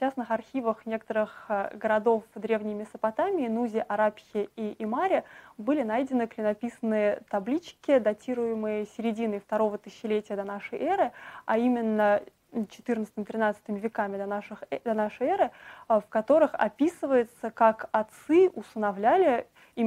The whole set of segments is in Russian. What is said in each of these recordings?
частных архивах некоторых городов Древней Месопотамии, Нузи, Арабхи и Имаре, были найдены клинописные таблички, датируемые серединой второго тысячелетия до нашей эры, а именно XIV-XIII веками до нашей эры, в которых описывается, как отцы усыновляли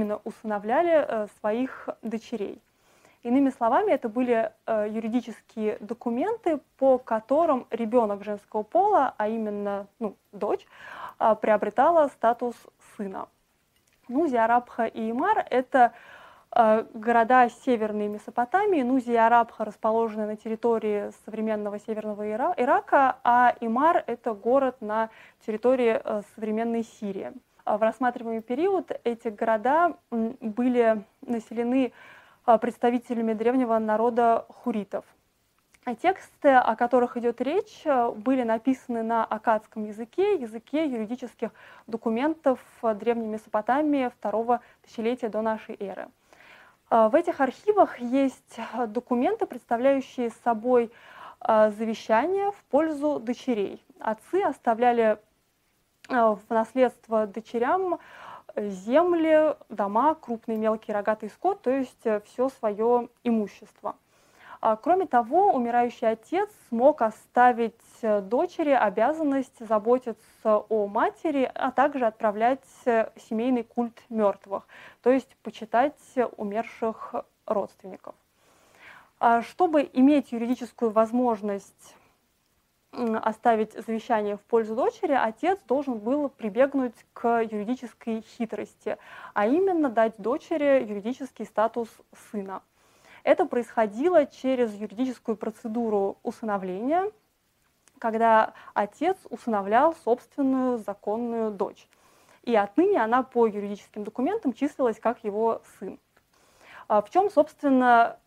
своих дочерей. Иными словами, это были юридические документы, по которым ребенок женского пола, а именно дочь, приобретала статус сына. Нузи, Арабха и Имар – это города Северной Месопотамии. Нузи и Арабха расположены на территории современного северного Ирака, а Имар – это город на территории современной Сирии. В рассматриваемый период эти города были населены представителями древнего народа хуритов. Тексты, о которых идет речь, были написаны на аккадском языке юридических документов Древней Месопотамии второго тысячелетия до нашей эры. В этих архивах есть документы, представляющие собой завещания в пользу дочерей. Отцы оставляли в наследство дочерям земли, дома, крупный мелкий рогатый скот, то есть все свое имущество. Кроме того, умирающий отец смог оставить дочери обязанность заботиться о матери, а также отправлять семейный культ мертвых, то есть почитать умерших родственников. Чтобы иметь юридическую возможность оставить завещание в пользу дочери, отец должен был прибегнуть к юридической хитрости, а именно дать дочери юридический статус сына. Это происходило через юридическую процедуру усыновления, когда отец усыновлял собственную законную дочь. И отныне она по юридическим документам числилась как его сын. В чем, собственно,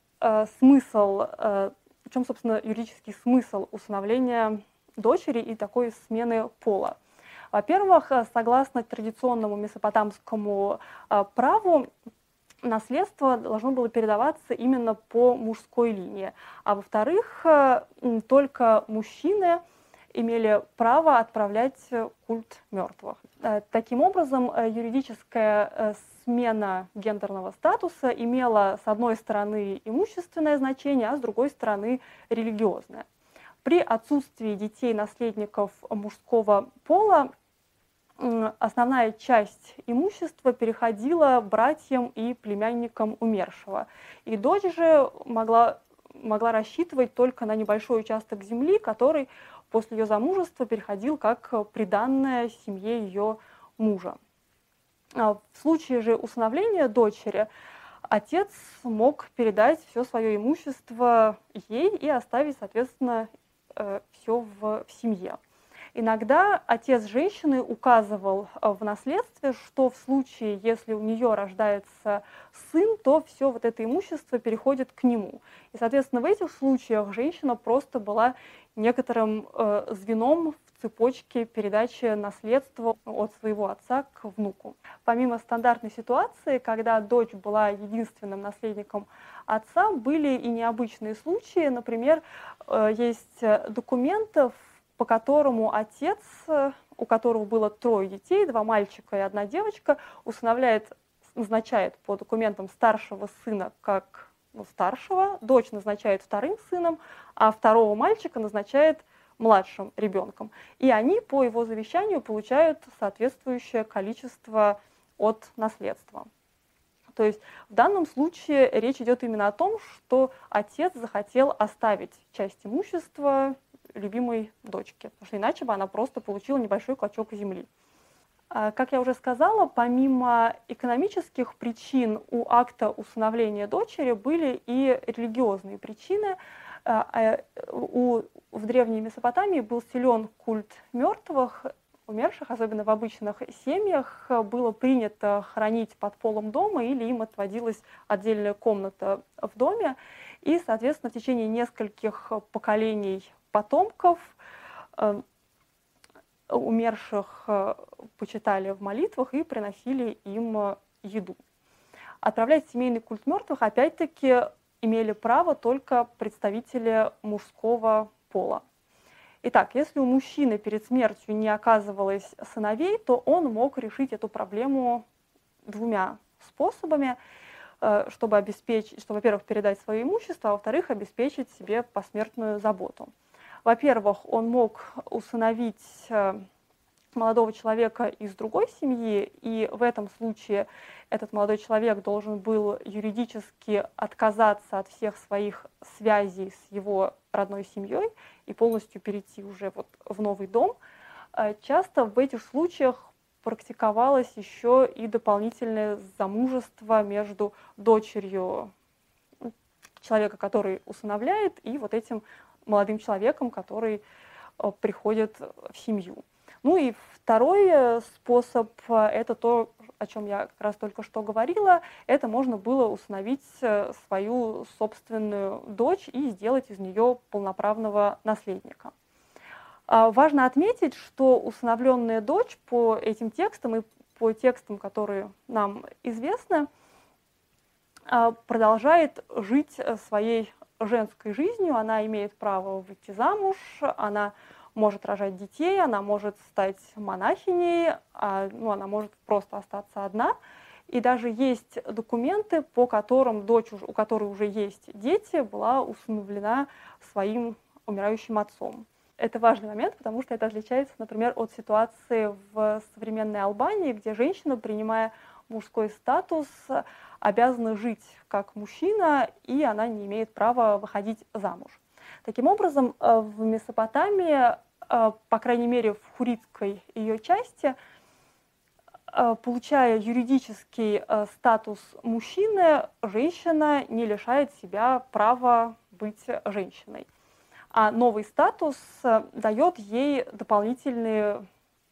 юридический смысл усыновления дочери и такой смены пола? Во-первых, согласно традиционному месопотамскому праву, наследство должно было передаваться именно по мужской линии. А во-вторых, только мужчины имели право отправлять культ мертвых. Таким образом, юридическая смена гендерного статуса имела, с одной стороны, имущественное значение, а с другой стороны, религиозное. При отсутствии детей-наследников мужского пола основная часть имущества переходила братьям и племянникам умершего. И дочь же могла рассчитывать только на небольшой участок земли, который после ее замужества переходил как приданное семье ее мужа. В случае же усыновления дочери отец мог передать все свое имущество ей и оставить, соответственно, все в семье. Иногда отец женщины указывал в наследстве, что в случае, если у нее рождается сын, то все вот это имущество переходит к нему. И, соответственно, в этих случаях женщина просто была некоторым звеном в цепочке передачи наследства от своего отца к внуку. Помимо стандартной ситуации, когда дочь была единственным наследником отца, были и необычные случаи. Например, есть документы, по которому отец, у которого было 3 детей, 2 мальчика и 1 девочка, назначает по документам старшего сына как старшего, дочь назначает 2-м сыном, а 2-го мальчика назначает младшим ребенком. И они по его завещанию получают соответствующее количество от наследства. То есть в данном случае речь идет именно о том, что отец захотел оставить часть имущества любимой дочке, потому что иначе бы она просто получила небольшой клочок земли. Как я уже сказала, помимо экономических причин у акта усыновления дочери были и религиозные причины. В Древней Месопотамии был силен культ мертвых, умерших, особенно в обычных семьях, было принято хранить под полом дома или им отводилась отдельная комната в доме. И, соответственно, в течение нескольких поколений потомков умерших почитали в молитвах и приносили им еду. Отправлять семейный культ мертвых, опять-таки, имели право только представители мужского пола. Итак, если у мужчины перед смертью не оказывалось сыновей, то он мог решить эту проблему двумя способами, чтобы обеспечить, что, во-первых, передать свое имущество, а во-вторых, обеспечить себе посмертную заботу. Во-первых, он мог усыновить молодого человека из другой семьи, и в этом случае этот молодой человек должен был юридически отказаться от всех своих связей с его родной семьей и полностью перейти уже вот в новый дом. Часто в этих случаях практиковалось еще и дополнительное замужество между дочерью человека, который усыновляет, и вот этим молодым человеком, который приходит в семью. Ну и второй способ – это то, о чем я как раз только что говорила, это можно было усыновить свою собственную дочь и сделать из нее полноправного наследника. Важно отметить, что усыновленная дочь по этим текстам и по текстам, которые нам известны, продолжает жить своей женской жизнью, она имеет право выйти замуж, она может рожать детей, она может стать монахиней, она может просто остаться одна. И даже есть документы, по которым дочь, у которой уже есть дети, была усыновлена своим умирающим отцом. Это важный момент, потому что это отличается, например, от ситуации в современной Албании, где женщина, принимая мужской статус, обязана жить как мужчина, и она не имеет права выходить замуж. Таким образом, в Месопотамии, по крайней мере в хуритской ее части, получая юридический статус мужчины, женщина не лишает себя права быть женщиной. А новый статус дает ей дополнительные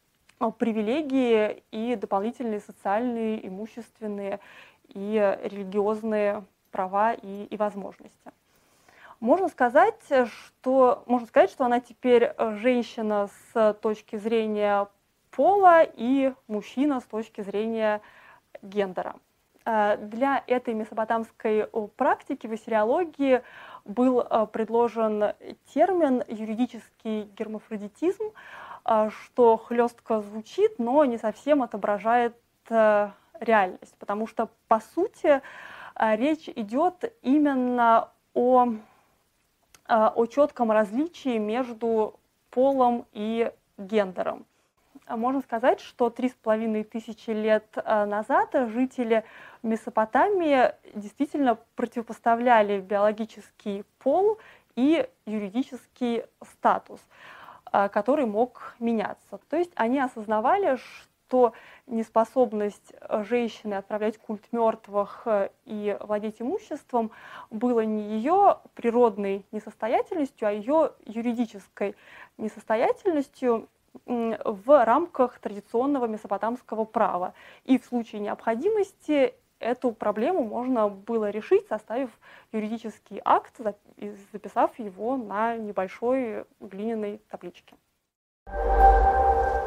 привилегии и дополнительные социальные, имущественные и религиозные права и возможности. Можно сказать, что она теперь женщина с точки зрения пола и мужчина с точки зрения гендера. Для этой месопотамской практики в ассириологии был предложен термин «юридический гермафродитизм», что хлестко звучит, но не совсем отображает реальность, потому что, по сути, речь идет именно о четком различии между полом и гендером. Можно сказать, что 3500 лет назад жители Месопотамии действительно противопоставляли биологический пол и юридический статус, который мог меняться. То есть они осознавали, что неспособность женщины отправлять культ мертвых и владеть имуществом было не ее природной несостоятельностью, а ее юридической несостоятельностью в рамках традиционного месопотамского права. И в случае необходимости эту проблему можно было решить, составив юридический акт и записав его на небольшой глиняной табличке.